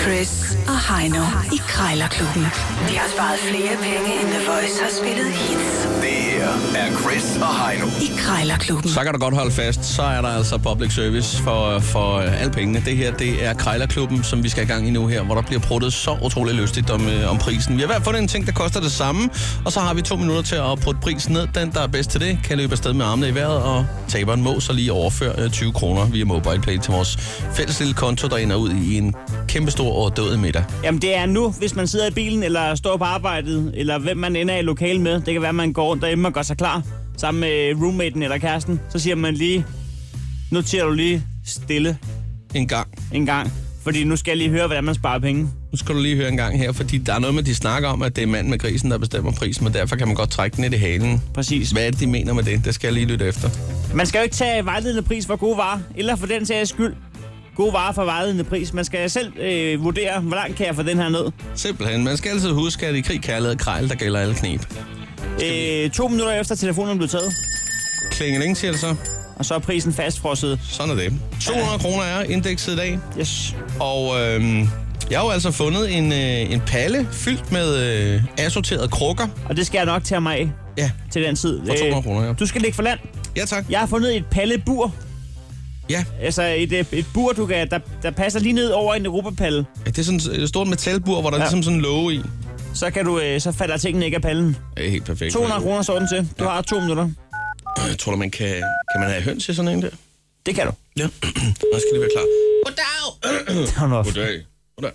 Chris og Heino i Krejlerklubben. De har sparet flere penge, end The Voice har spillet hits. Det her er Chris og Heino i Krejlerklubben. Så kan du godt holde fast, så er der altså public service for alle pengene. Det her, det er Krejlerklubben, som vi skal i gang i nu her, hvor der bliver pruttet så utroligt lystigt om prisen. Vi har i hvert fald fundet en ting, der koster det samme, og så har vi 2 minutter til at prutte prisen ned. Den, der er bedst til det, kan løbe afsted med armene i vejret, og taberen må så lige overføre 20 kroner via MobilePay til vores fælles lille konto, der ender ud i en kæmpestor overdødet middag. Jamen det er nu, hvis man sidder i bilen, eller står på arbejdet, eller hvem man ender i lokal med. Det kan være, at man går rundt derhjemme og gør sig klar sammen med roommaten eller kæresten. Så siger man lige, noterer du lige stille en gang. Fordi nu skal jeg lige høre, hvordan man sparer penge. Nu skal du lige høre en gang her, fordi der er noget med, de snakker om, at det er manden med grisen, der bestemmer prisen, og derfor kan man godt trække den i halen. Præcis. Hvad er det, de mener med det? Det skal jeg lige lytte efter. Man skal jo ikke tage vejledende pris for gode varer, eller for den sags skyld gode varer for vejledende pris. Man skal selv vurdere, hvor langt kan jeg få den her ned. Simpelthen. Man skal altid huske, at i krig, kærlighed og krejl, der gælder alle knep. 2 minutter efter telefonen blev taget. Klingeling, siger det så. Og så er prisen fastfrosset. Sådan er det. 200 kroner er indekset i dag. Yes. Og jeg har jo altså fundet en palle fyldt med assorterede krukker. Og det skal jeg nok tage mig af. Ja. Til den tid. For 200 kroner, ja. Du skal ligge for land. Ja, tak. Jeg har fundet et pallebur. Ja. Altså et bur, der passer lige ned over en europapalle. Ja, det er sådan et stort metalbur, hvor der er ligesom sådan en låge i. Så kan du, så falder tingene ikke af pallen. Det er helt perfekt. 200 kroner så den til. Du har 2 minutter. Jeg tror, man kan man have høns i sådan en der? Det kan du. Ja. Jeg skal lige være klar. Goddag! Goddag. Goddag.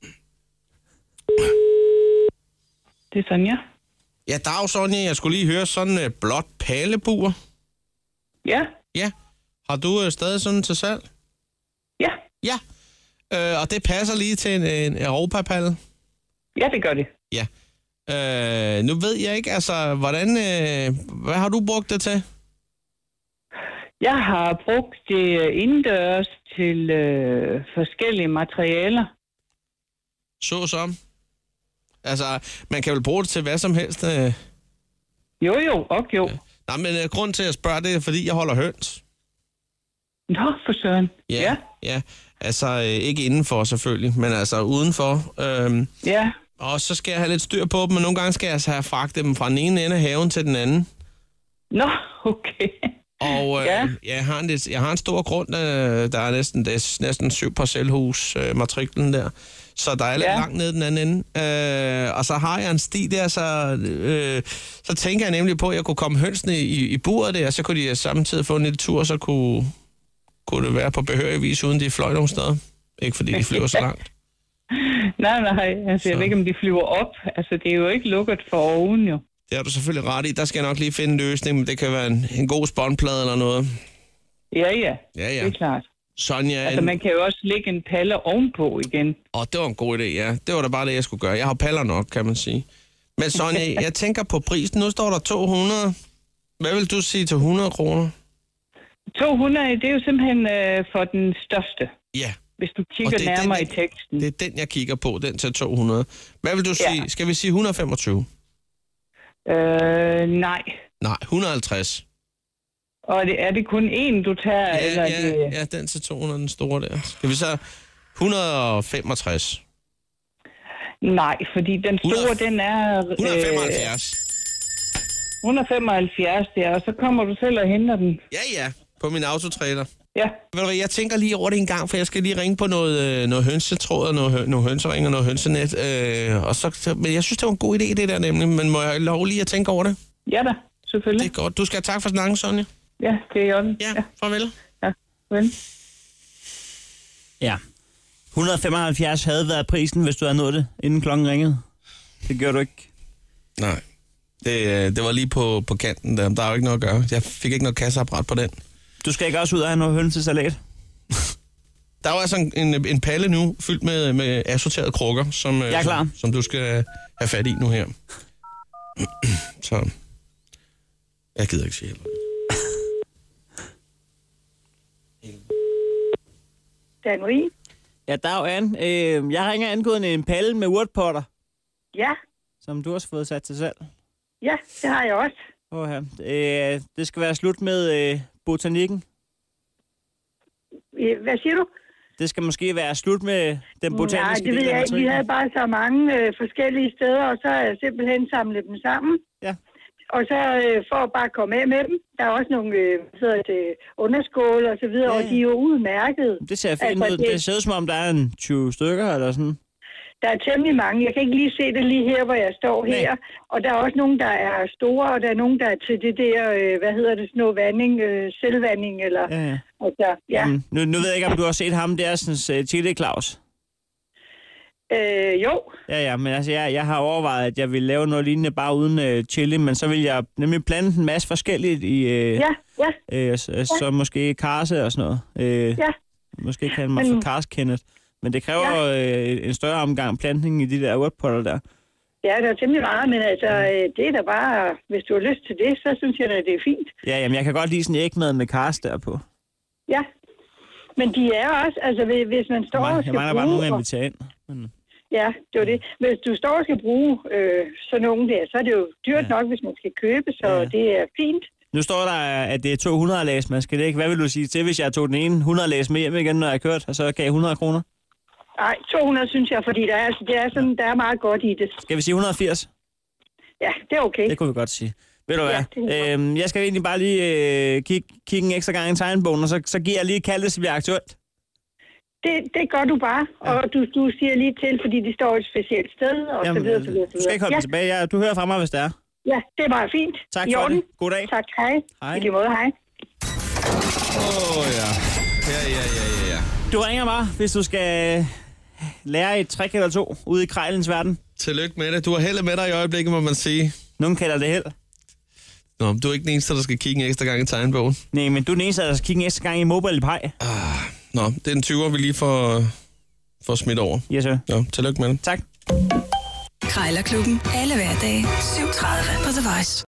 Det er Sonja. Ja, dag Sonja. Jeg skulle lige høre sådan et blåt palebur. Ja. Ja. Har du stadig sådan til salg? Ja. Ja. Og det passer lige til en europapalle? Ja, det gør det. Ja. Nu ved jeg ikke, altså, hvad har du brugt det til? Jeg har brugt det indendørs til forskellige materialer. Så som? Altså, man kan vel bruge det til hvad som helst? Jo. Ja. Nej, men grunden til, at jeg spørger, det er, fordi jeg holder høns. Nå, for søren. Ja. Altså, ikke indenfor selvfølgelig, men altså udenfor. Ja. Og så skal jeg have lidt styr på dem, og nogle gange skal jeg altså have fragtet dem fra den ene ende af haven til den anden. Nå, okay. Og jeg har en stor grund, der er næsten 7 parcelhus, matriklen der. Så der er lidt langt ned den anden ende. Og så har jeg en sti der, så tænker jeg nemlig på, at jeg kunne komme hønsene i buret der, så kunne de samtidig få en lille tur, så kunne det være på behørig vis, uden de fløj nogen steder. Ikke fordi de flyver så langt. Nej, altså jeg ved ikke, om de flyver op. Altså det er jo ikke lukket for oven jo. Det har du selvfølgelig ret i. Der skal jeg nok lige finde en løsning, men det kan være en god spåndplade eller noget. Ja. Det er klart. Sonja... Altså man kan jo også lægge en palle ovenpå igen. Det var en god idé, ja. Det var da bare det, jeg skulle gøre. Jeg har paller nok, kan man sige. Men Sonja, jeg tænker på prisen. Nu står der 200. Hvad vil du sige til 100 kroner? 200, det er jo simpelthen for den største. Ja. Hvis du kigger nærmere i teksten. Det er den, jeg kigger på, den til 200. Hvad vil du sige? Skal vi sige 125? Nej. Nej, 150. Og er det kun én, du tager? Ja, den til 200, den store der. Skal vi så 165? Nej, fordi den store, den er... 175. 175, ja, og så kommer du selv og henter den. Ja, på min autotrailer. Ja. Ved du hvad, jeg tænker lige over det en gang, for jeg skal lige ringe på noget hønsetråd og noget hønsering og noget hønsenet. Men jeg synes, det var en god idé, det der nemlig. Men må jeg lov lige at tænke over det? Ja da, selvfølgelig. Det er godt. Du skal have tak for snakken, Sonja. Ja, det er i orden. Ja, farvel. Ja, farvel. Ja. 175 havde været prisen, hvis du havde nået det, inden klokken ringede. Det gør du ikke. Nej. Det var lige på kanten der. Der er jo ikke noget at gøre. Jeg fik ikke noget kasseapparat på den. Du skal ikke også ud af noget hønsesalat? Der er jo altså en palle nu, fyldt med assorterede krukker, som du skal have fat i nu her. Så jeg gider ikke sige heller. Det er Marie. Ja, dag Anne. Jeg ringer angående en palle med urtpotter. Ja. Som du også fået sat til salg. Ja, det har jeg også. Det skal være slut med botanikken. Hvad siger du? det skal måske være slut med den botaniske Nej, det ved jeg ikke. Vi havde bare så mange forskellige steder, og så har jeg simpelthen samlet dem sammen. Ja. Og så for at bare komme af med dem. Der er også nogle underskåle og så videre, og de er jo udmærket. Det ser fint ud. Det ser ud som om, der er en 20 stykker eller sådan. Der er temmelig mange. Jeg kan ikke lige se det lige her, hvor jeg står her. Og der er også nogen, der er store, og der er nogen, der er til det der, sådan noget vanding, selvvanding, eller... Ja. Altså, ja. Nu ved jeg ikke, om du har set ham, det er sådan Chili Claus. Jo. Ja, men altså, jeg har overvejet, at jeg vil lave noget lignende bare uden chili, men så vil jeg nemlig blande en masse forskelligt i... så måske karse og sådan noget. Måske kalde mig for karskenneth. Men det kræver en større omgang plantning i de der urtpotter der. Ja, der er temmelig meget, men altså, det er da bare... Hvis du har lyst til det, så synes jeg da, det er fint. Ja, jamen, jeg kan godt lide sådan en ægmad med kars derpå. Ja, men de er også... Altså, hvis man står og skal bruge... Jeg mangler bare nogen at invitere ind. Ja, det var det. Hvis du står og skal bruge sådan nogen der, så er det jo dyrt nok, hvis man skal købe, så det er fint. Nu står der, at det er 200 læs, man skal det ikke. Hvad vil du sige til, hvis jeg tog den ene 100 læs med hjem igen, når jeg har kørt, og så gav 100 kroner? Nej, 200 synes jeg, fordi der er meget godt i det. Skal vi sige 180? Ja, det er okay. Det kunne vi godt sige. Ved du hvad? Jeg skal egentlig bare lige kigge en ekstra gang i tegnebogen, og så giver jeg lige kaldet, hvis det bliver aktuelt. Det gør du bare, og du siger lige til, fordi de står et specielt sted, og så videre, så videre. Du skal ikke holde tilbage. Du hører fra mig, hvis det er. Ja, det er bare fint. Tak for det. God dag. Tak, hej. I lige måde, hej. Ja. Du ringer mig, hvis du skal lære et trick eller to ude i krejlens verden. Tillykke med det. Du har heldet med dig i øjeblikket, må man sige. Nogen kalder det held. Nå, du er ikke den eneste, der skal kigge en ekstra gang i tegnebogen. Nej, men du er den eneste, der skal kigge en ekstra gang i Mobile Pie. Nå, det er en 20'er, vi lige får smidt over. Yes, sir. Ja, tillykke med det. Tak. Krejlerklubben. Alle hverdage. 7:30 på The Voice.